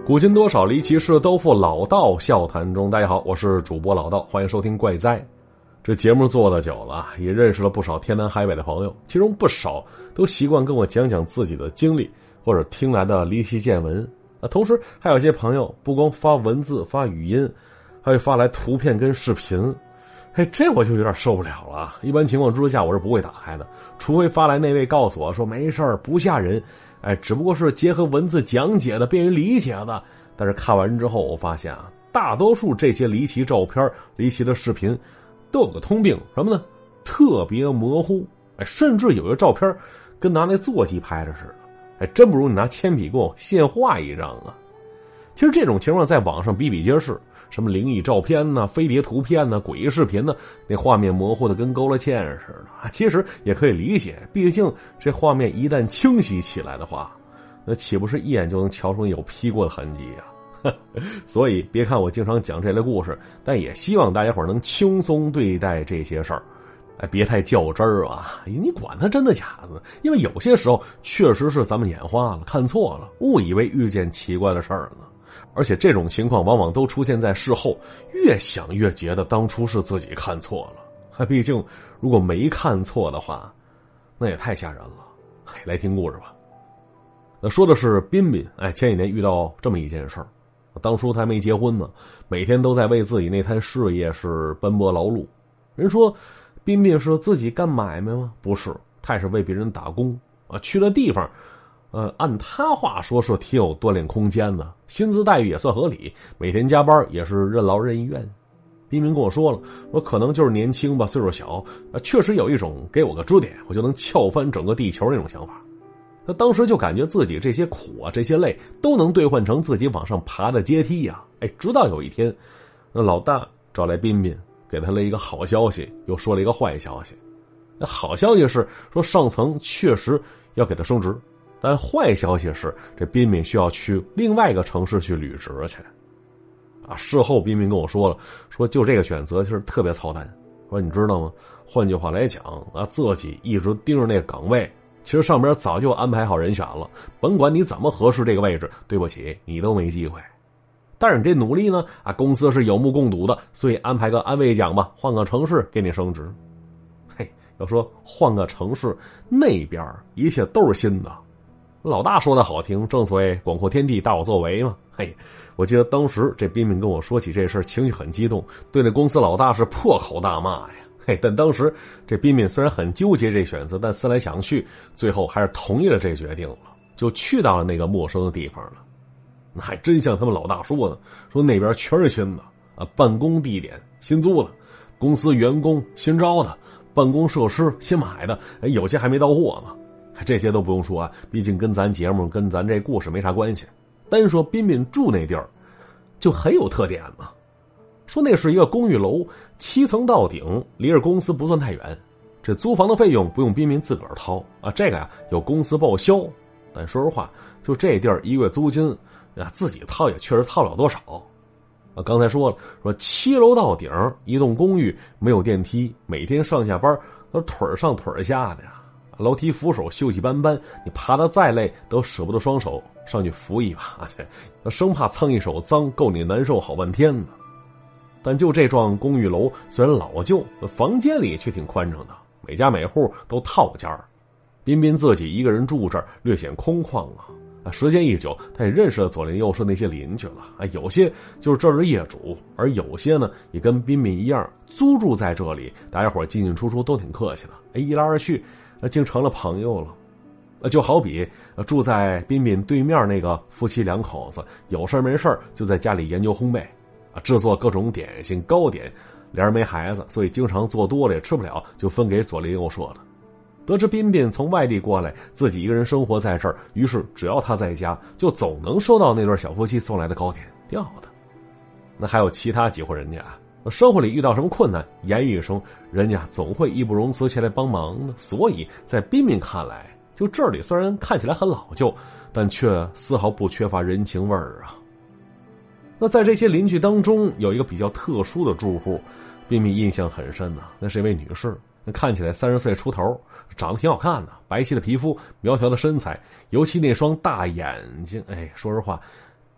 古今多少离奇事，都付老道笑谈中。大家好，我是主播老道，欢迎收听怪哉。这节目做得久了，也认识了不少天南海北的朋友，其中不少都习惯跟我讲讲自己的经历或者听来的离奇见闻。同时还有些朋友不光发文字发语音，还会发来图片跟视频。这我就有点受不了了。一般情况之下我是不会打开的，除非发来那位告诉我说没事儿不吓人，只不过是结合文字讲解的，便于理解的。但是看完之后我发现大多数这些离奇照片离奇的视频都有个通病，什么呢？特别模糊，甚至有些照片跟拿那座机拍的似的，真不如你拿铅笔给我现画一张啊。其实这种情况在网上比比皆是，什么灵异照片呢、飞碟图片呢、诡异视频呢，那画面模糊的跟勾了芡似的。其实也可以理解，毕竟这画面一旦清晰起来的话，那岂不是一眼就能瞧出有 P 过的痕迹啊？所以别看我经常讲这类故事，但也希望大家伙能轻松对待这些事儿，别太较真儿啊！你管它真的假的，因为有些时候确实是咱们眼花了，看错了，误以为遇见奇怪的事儿呢。而且这种情况往往都出现在事后，越想越觉得当初是自己看错了。毕竟如果没看错的话，那也太吓人了。来听故事吧。那说的是彬彬，前几年遇到这么一件事儿。当初他还没结婚呢，每天都在为自己那摊事业是奔波劳碌。人说彬彬是自己干买卖吗？不是，他也是为别人打工去的地方按他话说是挺有锻炼空间的，薪资待遇也算合理，每天加班也是任劳任怨。彬彬跟我说了，说可能就是年轻吧，岁数小，确实有一种给我个支点我就能撬翻整个地球那种想法。他当时就感觉自己这些苦这些累都能兑换成自己往上爬的阶梯呀。直到有一天，那老大找来彬彬，给他了一个好消息，又说了一个坏消息。那好消息是说上层确实要给他升职，但坏消息是这彬彬需要去另外一个城市去履职去。事后彬彬跟我说了，说就这个选择就是特别操蛋。说你知道吗？换句话来讲自己一直盯着那个岗位，其实上边早就安排好人选了，甭管你怎么合适这个位置，对不起，你都没机会。但是你这努力呢，公司是有目共睹的，所以安排个安慰奖吧，换个城市给你升职。要说换个城市，那边一切都是新的。老大说的好听，正所谓广阔天地大有作为嘛。我记得当时这彬彬跟我说起这事儿，情绪很激动，对那公司老大是破口大骂呀。但当时这彬彬虽然很纠结这选择，但思来想去，最后还是同意了这决定了，就去到了那个陌生的地方了。那还真像他们老大说的，说那边全是新的办公地点新租的，公司员工新招的，办公设施新买的，有些还没到货呢。这些都不用说毕竟跟咱节目跟咱这故事没啥关系。单说彬彬住那地儿就很有特点嘛。说那是一个公寓楼，7层到顶，离着公司不算太远。这租房的费用不用彬彬自个儿掏这个有公司报销。但说实话，就这地儿一个月租金自己掏也确实掏不了多少。刚才说了，说7楼到顶，一栋公寓没有电梯，每天上下班都腿上腿下的呀。楼梯扶手锈迹斑斑，你爬得再累都舍不得双手上去扶一把去，生怕蹭一手脏够你难受好半天呢。但就这幢公寓楼虽然老旧，房间里却挺宽敞的，每家每户都套间儿。彬彬自己一个人住这儿略显空旷时间一久，他也认识了左邻右舍那些邻居了有些就是这儿的业主，而有些呢也跟彬彬一样租住在这里，大家伙进进出出都挺客气的一来二去竟成了朋友了。就好比住在彬彬对面那个夫妻两口子，有事没事就在家里研究烘焙制作各种点心糕点。俩人没孩子，所以经常做多了也吃不了，就分给左邻右舍的。得知彬彬从外地过来，自己一个人生活在这儿，于是只要他在家，就总能收到那对小夫妻送来的糕点，挺好的。那还有其他几户人家生活里遇到什么困难，言语一声，人家总会义不容辞前来帮忙的。所以在彬彬看来，就这里虽然看起来很老旧，但却丝毫不缺乏人情味儿那在这些邻居当中，有一个比较特殊的住户，彬彬印象很深那是一位女士，看起来30岁出头，长得挺好看的，白皙的皮肤，苗条的身材，尤其那双大眼睛，说实话，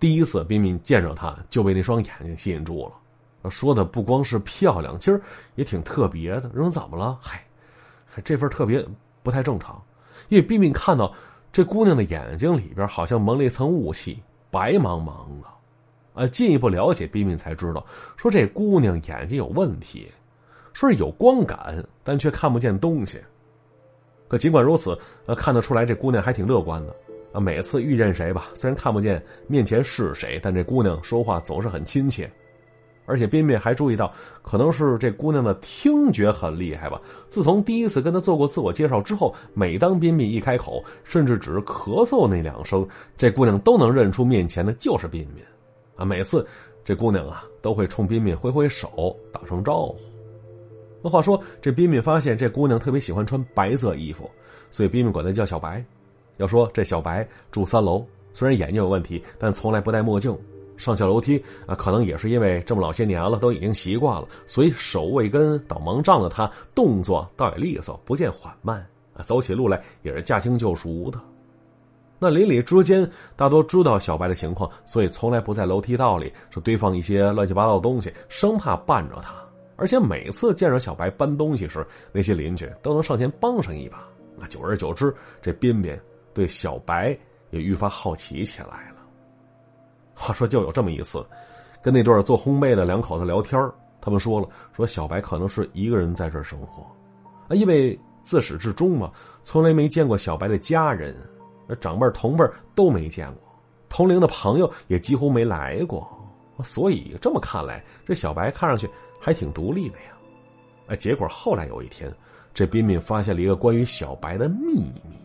第一次彬彬见着她就被那双眼睛吸引住了，说的不光是漂亮，其实也挺特别的。人说怎么了？这份特别不太正常，因为彬彬看到这姑娘的眼睛里边好像蒙了一层雾气，白茫茫的。进一步了解，彬彬才知道，说这姑娘眼睛有问题，说是有光感，但却看不见东西。可尽管如此，看得出来这姑娘还挺乐观的。每次遇见谁吧，虽然看不见面前是谁，但这姑娘说话总是很亲切。而且彬彬还注意到，可能是这姑娘的听觉很厉害吧。自从第一次跟她做过自我介绍之后，每当彬彬一开口，甚至只是咳嗽那2声，这姑娘都能认出面前的就是彬彬。每次这姑娘都会冲彬彬挥挥手，打声招呼。那话说，这彬彬发现这姑娘特别喜欢穿白色衣服，所以彬彬管她叫小白。要说这小白住3楼，虽然眼睛有问题，但从来不戴墨镜。上下楼梯可能也是因为这么老些年了，都已经习惯了，所以手握一根导盲杖的他，动作倒也利索，不见缓慢，走起路来也是驾轻就熟的。那邻里之间大多知道小白的情况，所以从来不在楼梯道里是堆放一些乱七八糟的东西，生怕绊着他。而且每次见着小白搬东西时，那些邻居都能上前帮上一把。久而久之，这彬彬对小白也愈发好奇起来了。话说就有这么一次，跟那对做烘焙的2口子聊天，他们说小白可能是一个人在这儿生活，因为自始至终嘛，从来没见过小白的家人，长辈同辈都没见过，同龄的朋友也几乎没来过，所以这么看来，这小白看上去还挺独立的呀。结果后来有一天，这彬彬发现了一个关于小白的秘密。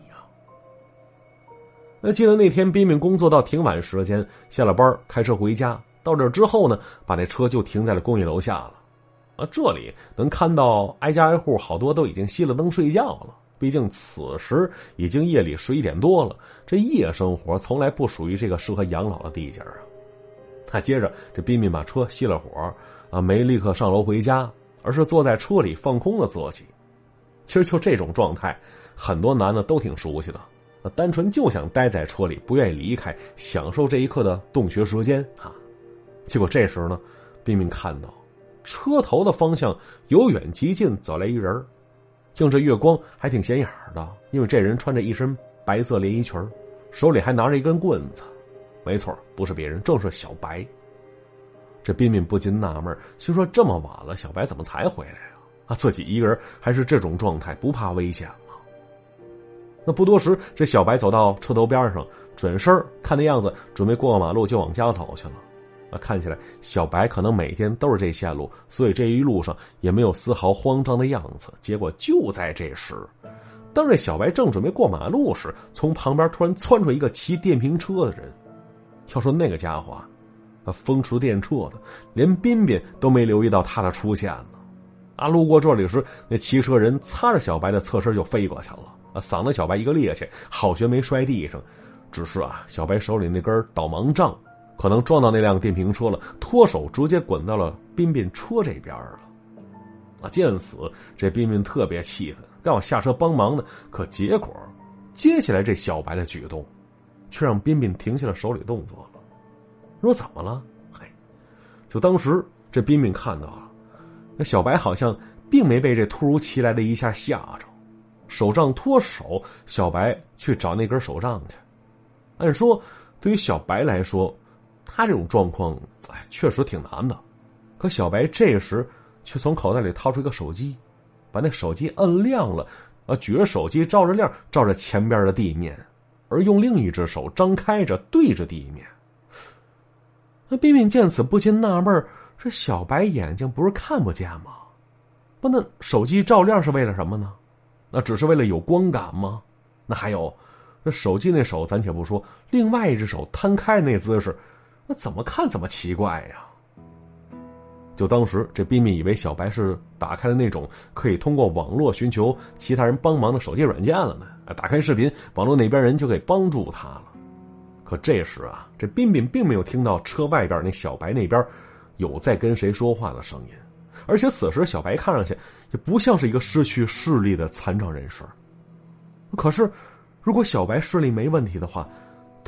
记得那天彬彬工作到挺晚时间，下了班开车回家，到这之后呢，把那车就停在了公寓楼下了。这里能看到挨家挨户好多都已经熄了灯睡觉了，毕竟此时已经夜里11点多了，这夜生活从来不属于这个适合养老的地界接着这彬彬把车熄了火，没立刻上楼回家，而是坐在车里放空了自己。其实就这种状态，很多男的都挺熟悉的。单纯就想待在车里，不愿意离开，享受这一刻的洞穴时间结果这时呢，彬彬看到车头的方向由远及近走来一人，映着月光还挺显眼的，因为这人穿着一身白色连衣裙，手里还拿着一根棍子。没错，不是别人，正是小白。这彬彬不禁纳闷，心说这么晚了，小白怎么才回来自己一个人还是这种状态，不怕危险吗？那不多时，这小白走到车头边上，转身看那样子，准备过马路就往家走去了。看起来小白可能每天都是这线路，所以这一路上也没有丝毫慌张的样子。结果就在这时，当这小白正准备过马路时，从旁边突然窜出一个骑电瓶车的人。要说那个家伙风驰电掣的，连彬彬都没留意到他的出现呢。路过这里时，那骑车人擦着小白的侧身就飞过去了。搡得小白一个趔趄，好悬没摔地上。只是小白手里那根导盲杖可能撞到那辆电瓶车了，脱手直接滚到了彬彬车这边了。见此，这彬彬特别气愤，刚要下车帮忙呢，可结果接下来这小白的举动却让彬彬停下了手里动作了。说怎么了？就当时这彬彬看到了，那小白好像并没被这突如其来的一下吓着，手杖脱手，小白去找那根手杖去。按说对于小白来说，他这种状况确实挺难的。可小白这时却从口袋里掏出一个手机，把那手机摁亮了，举着手机照着亮，照着前边的地面，而用另一只手张开着对着地面。那彬彬见此不禁纳闷，这小白眼睛不是看不见吗？那手机照亮是为了什么呢？那只是为了有光感吗？那还有，这手机那手咱且不说，另外一只手摊开那姿势，那怎么看怎么奇怪呀。就当时这彬彬以为小白是打开了那种可以通过网络寻求其他人帮忙的手机软件了呢，打开视频，网络那边人就可以帮助他了。可这时这彬彬并没有听到车外边那小白那边有在跟谁说话的声音，而且此时小白看上去也不像是一个失去视力的残障人士。可是如果小白视力没问题的话，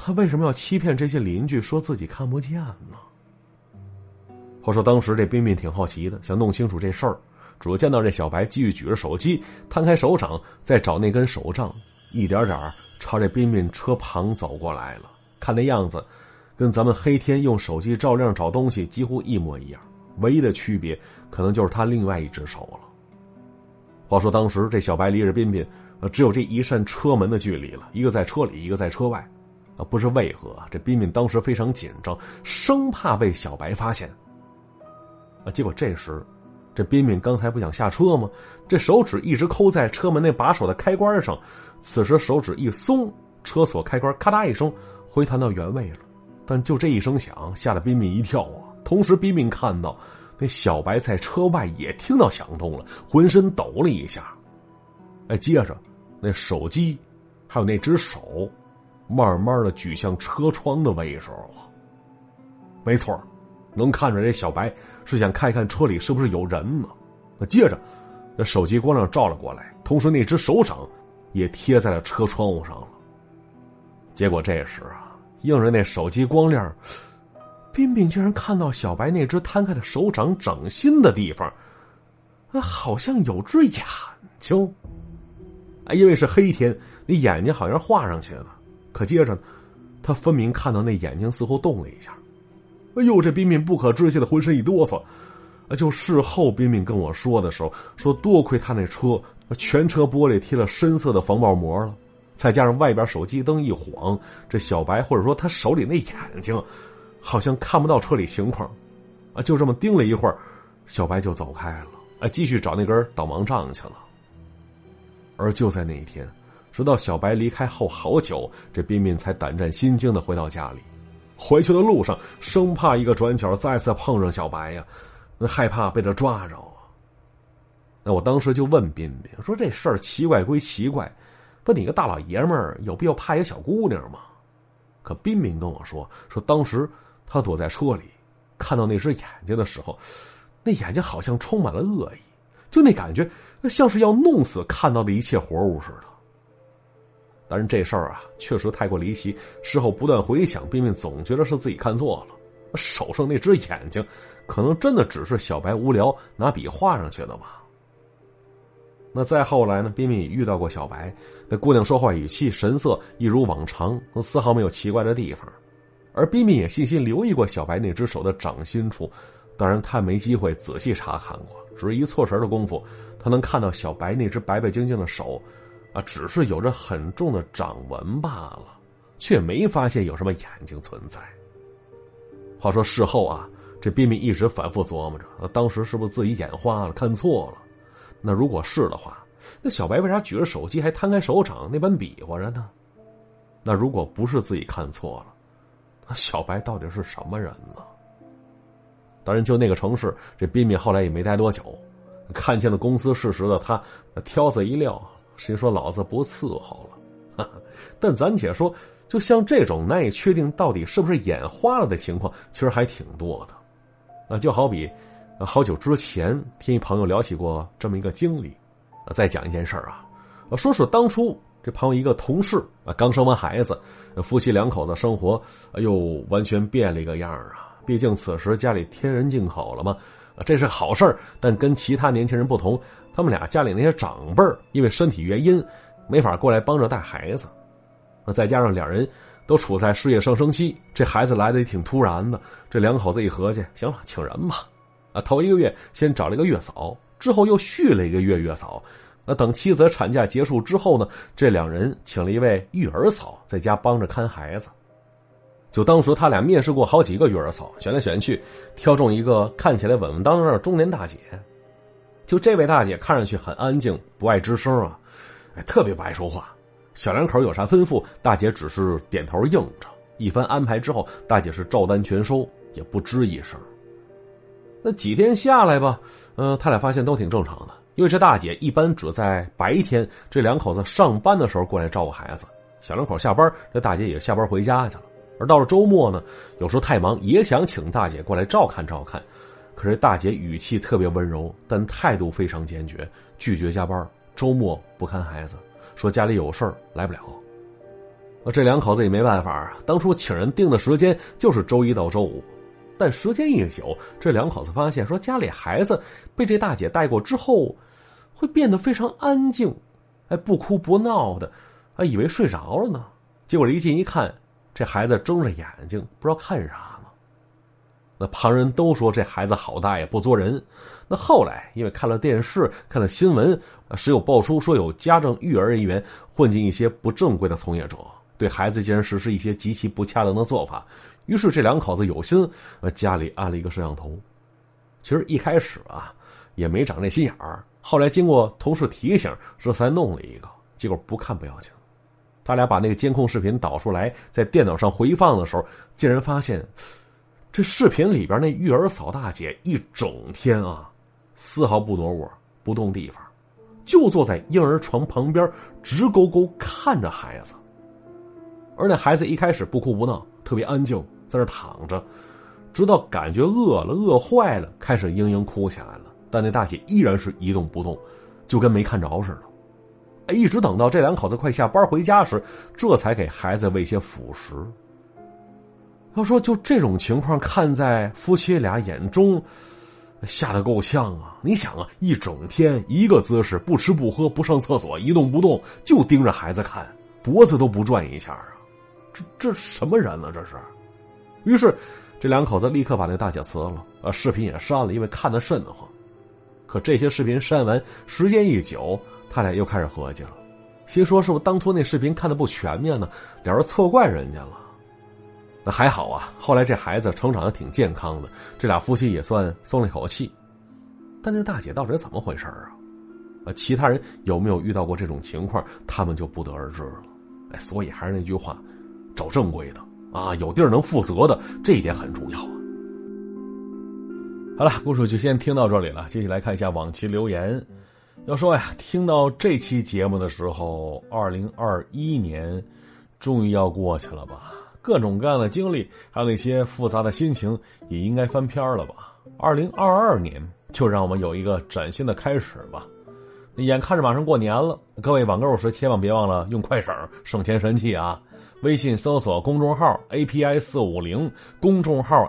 他为什么要欺骗这些邻居说自己看不见呢？话说当时这彬彬挺好奇的，想弄清楚这事儿，只见到这小白继续举着手机，摊开手掌再找那根手杖，一点点朝这彬彬车旁走过来了。看那样子跟咱们黑天用手机照亮找东西几乎一模一样，唯一的区别可能就是他另外一只手了。话说当时这小白离着彬彬只有这一扇车门的距离了，一个在车里，一个在车外。不知为何，这彬彬当时非常紧张，生怕被小白发现。结果这时，这彬彬刚才不想下车吗？这手指一直抠在车门那把手的开关上，此时手指一松，车锁开关咔嗒一声回弹到原位了。但就这一声响，吓得彬彬一跳啊！同时，彬彬看到那小白在车外也听到响动了，浑身抖了一下。接着那手机还有那只手慢慢的举向车窗的位置了。没错，能看出这小白是想看一看车里是不是有人呢。接着那手机光亮照了过来，同时那只手掌也贴在了车窗户上了。结果这时映着那手机光亮，彬彬竟然看到小白那只摊开的手掌掌心的地方好像有只眼睛。因为是黑天，那眼睛好像画上去了，可接着他分明看到那眼睛似乎动了一下。这彬彬不可置信的浑身一哆嗦。就事后彬彬跟我说的时候，说多亏他那车全车玻璃贴了深色的防爆膜了，再加上外边手机灯一晃，这小白或者说他手里那眼睛好像看不到车里情况。就这么盯了一会儿，小白就走开了，继续找那根导盲杖去了。而就在那一天，直到小白离开后好久，这彬彬才胆战心惊的回到家里。回去的路上，生怕一个转角再次碰上小白呀，害怕被他抓着啊。那我当时就问彬彬说：“这事儿奇怪归奇怪，不，你个大老爷们儿有必要怕一个小姑娘吗？”可彬彬跟我说当时他躲在车里，看到那只眼睛的时候，那眼睛好像充满了恶意，就那感觉像是要弄死看到的一切活物似的。当然这事儿确实太过离奇，事后不断回想，彬彬总觉得是自己看错了，手上那只眼睛可能真的只是小白无聊拿笔画上去的吧。那再后来呢，彬彬也遇到过小白，那姑娘说话语气神色一如往常，丝毫没有奇怪的地方。而彬彬也细心留意过小白那只手的掌心处，当然他没机会仔细查看过，只是一错神的功夫，他能看到小白那只白白净净的手只是有着很重的掌纹罢了，却没发现有什么眼睛存在。话说事后这彬彬一直反复琢磨着，当时是不是自己眼花了，看错了？那如果是的话，那小白为啥举着手机还摊开手掌那般比划着呢？那如果不是自己看错了，那小白到底是什么人呢？当然就那个城市，这彬彬后来也没待多久，看清了公司事实的他挑子一撂，心说老子不伺候了。但暂且说，就像这种难以确定到底是不是眼花了的情况，其实还挺多的。就好比好久之前听一朋友聊起过这么一个经历。再讲一件事儿说是当初这朋友一个同事刚生完孩子，夫妻两口子生活又完全变了一个样毕竟此时家里添人进口了嘛，这是好事儿。但跟其他年轻人不同，他们俩家里那些长辈儿因为身体原因没法过来帮着带孩子，再加上两人都处在事业上升期，这孩子来的也挺突然的。这两口子一合计，行了，请人吧。头一个月先找了一个月嫂，之后又续了一个月嫂。等妻子产假结束之后呢，这两人请了一位育儿嫂在家帮着看孩子。就当时他俩面试过好几个育儿嫂，选来选去挑中一个看起来稳稳当当的中年大姐。就这位大姐看上去很安静，不爱吱声特别不爱说话。小两口有啥吩咐，大姐只是点头应着。一番安排之后，大姐是照单全收，也不吱一声。那几天下来吧，他俩发现都挺正常的，因为这大姐一般只在白天这两口子上班的时候过来照顾孩子，小两口下班，这大姐也下班回家去了。而到了周末呢，有时候太忙也想请大姐过来照看，可是大姐语气特别温柔，但态度非常坚决，拒绝加班，周末不看孩子，说家里有事儿来不了。 这两口子也没办法啊，当初请人定的时间就是周一到周五，但时间一久，这两口子发现说家里孩子被这大姐带过之后，会变得非常安静，不哭不闹的，以为睡着了呢。结果离近一看，这孩子睁着眼睛，不知道看啥呢。那旁人都说这孩子好大也不作人。那后来因为看了电视，看了新闻，时有爆出说有家政育儿人员混进一些不正规的从业者，对孩子竟然实施一些极其不恰当的做法。于是这两口子有心，家里安了一个摄像头。其实一开始也没长这心眼儿，后来经过同事提醒，这才弄了一个。结果不看不要紧，他俩把那个监控视频导出来，在电脑上回放的时候，竟然发现这视频里边那育儿嫂大姐一整天丝毫不挪窝，不动地方，就坐在婴儿床旁边直勾勾看着孩子。而那孩子一开始不哭不闹，特别安静，在那躺着，直到感觉饿了饿坏了，开始嘤嘤哭起来了。但那大姐依然是一动不动，就跟没看着似的。一直等到这两口子快下班回家时，这才给孩子喂些辅食。要说就这种情况，看在夫妻俩眼中，吓得够呛啊！你想一整天一个姿势，不吃不喝不上厕所，一动不动，就盯着孩子看，脖子都不转一下这什么人呢？这是。于是这两口子立刻把那大姐辞了，视频也删了，因为看得瘆得慌。可这些视频删完，时间一久，他俩又开始合计了，心说是不是当初那视频看得不全面呢？俩人错怪人家了。那还好后来这孩子成长得挺健康的，这俩夫妻也算松了一口气。但那大姐到底怎么回事其他人有没有遇到过这种情况，他们就不得而知了。所以还是那句话，找正规的有地儿能负责的，这一点很重要好了，故事就先听到这里了，接下来看一下往期留言。要说听到这期节目的时候，2021年终于要过去了吧，各种各样的经历，还有那些复杂的心情，也应该翻篇了吧。2022年就让我们有一个崭新的开始吧。眼看着马上过年了，各位网购时千万别忘了用快省省钱神器微信搜索公众号 API450， 公众号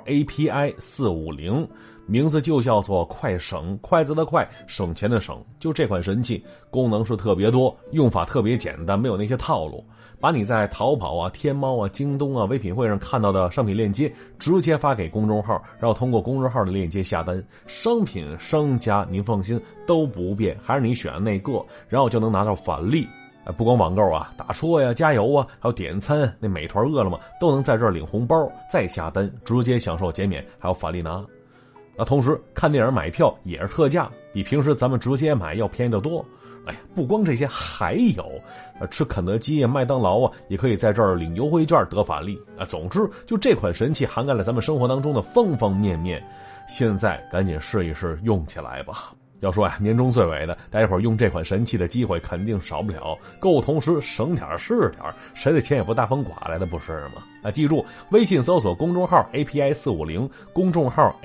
API450， 名字就叫做快省，筷子的快，省钱的省。就这款神器功能是特别多，用法特别简单，没有那些套路。把你在淘宝天猫京东唯品会上看到的商品链接直接发给公众号，然后通过公众号的链接下单，商品商家您放心都不变，还是你选的那个，然后就能拿到返利。不光网购打车加油还有点餐，那美团饿了么都能在这儿领红包，再下单直接享受减免，还有返利拿。同时看电影买票也是特价，比平时咱们直接买要便宜得多。不光这些，还有吃肯德基麦当劳也可以在这儿领优惠券得返利总之就这款神器涵盖了咱们生活当中的方方面面，现在赶紧试一试用起来吧。要说年终岁尾的，待会儿用这款神器的机会肯定少不了，购同时省点是点，谁的钱也不大风刮来的，不是吗？记住，微信搜索公众号 API450， 公众号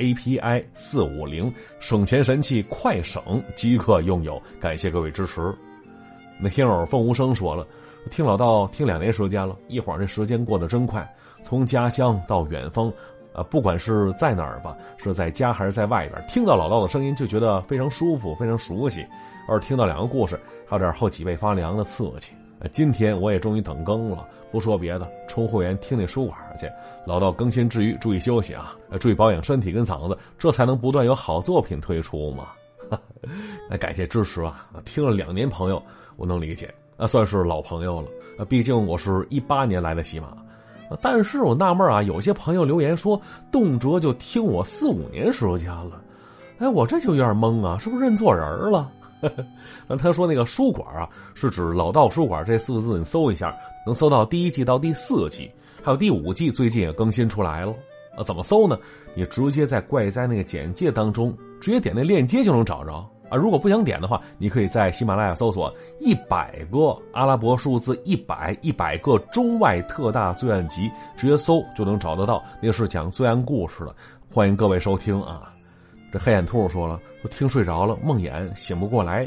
API450， 省钱神器快省即刻拥有，感谢各位支持。那听友凤无声说了，听老道听2年时间了，一会儿这时间过得真快，从家乡到远方不管是在哪儿吧，是在家还是在外边，听到老道的声音就觉得非常舒服，非常熟悉。而听到2个故事，还有点后脊背发凉的刺激。今天我也终于等更了，不说别的，充会员听那书馆去。老道更新之余注意休息注意保养身体跟嗓子，这才能不断有好作品推出嘛。感谢支持听了2年朋友，我能理解，算是老朋友了。毕竟我是18年来的喜马。但是我纳闷有些朋友留言说动辄就听我4、5年时间了，我这就有点懵是不是认错人了？他说那个书馆是指老道书馆这4个字，你搜一下能搜到第1季到第4季，还有第5季最近也更新出来了。怎么搜呢？你直接在怪哉那个简介当中直接点那链接就能找着如果不想点的话，你可以在喜马拉雅搜索100个阿拉伯数字100个中外特大罪案集，直接搜就能找得到，那是讲罪案故事的，欢迎各位收听这黑眼兔说了，听睡着了，梦魇醒不过来，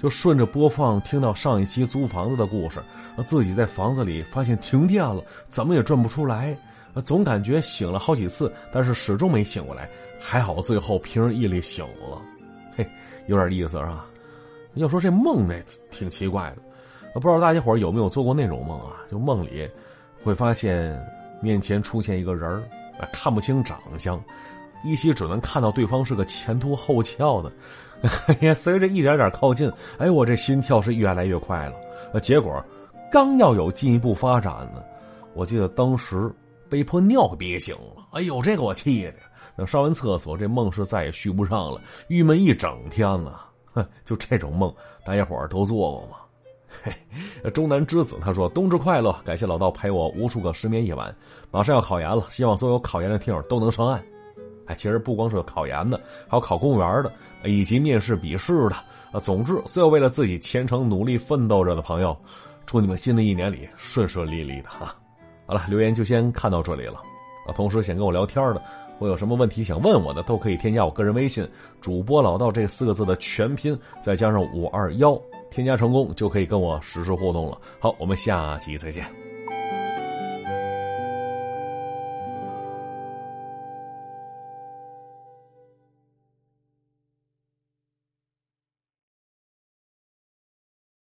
就顺着播放听到上一期租房子的故事，自己在房子里发现停电了，怎么也转不出来，总感觉醒了好几次，但是始终没醒过来，还好最后凭着毅力醒了。嘿，有点意思啊。要说这梦这挺奇怪的，不知道大家伙有没有做过那种梦啊？就梦里会发现面前出现一个人儿，看不清长相，依稀只能看到对方是个前凸后翘的。随着一点点靠近，我这心跳是越来越快了。结果刚要有进一步发展呢，我记得当时被迫尿憋醒了。哎呦，这个我气的！等上完厕所，这梦是再也续不上了，郁闷一整天啊！就这种梦，大家伙儿都做过吗？嘿，中南之子他说：“冬至快乐，感谢老道陪我无数个失眠夜晚。马上要考研了，希望所有考研的听友都能上岸。”其实不光是考研的，还有考公务员的，以及面试笔试的。总之，所有为了自己前程努力奋斗着的朋友，祝你们新的一年里顺顺利利的哈。好了，留言就先看到这里了。同时想跟我聊天的，或有什么问题想问我的，都可以添加我个人微信主播老道这4个字的全拼，再加上521，添加成功就可以跟我实时互动了。好，我们下集再见。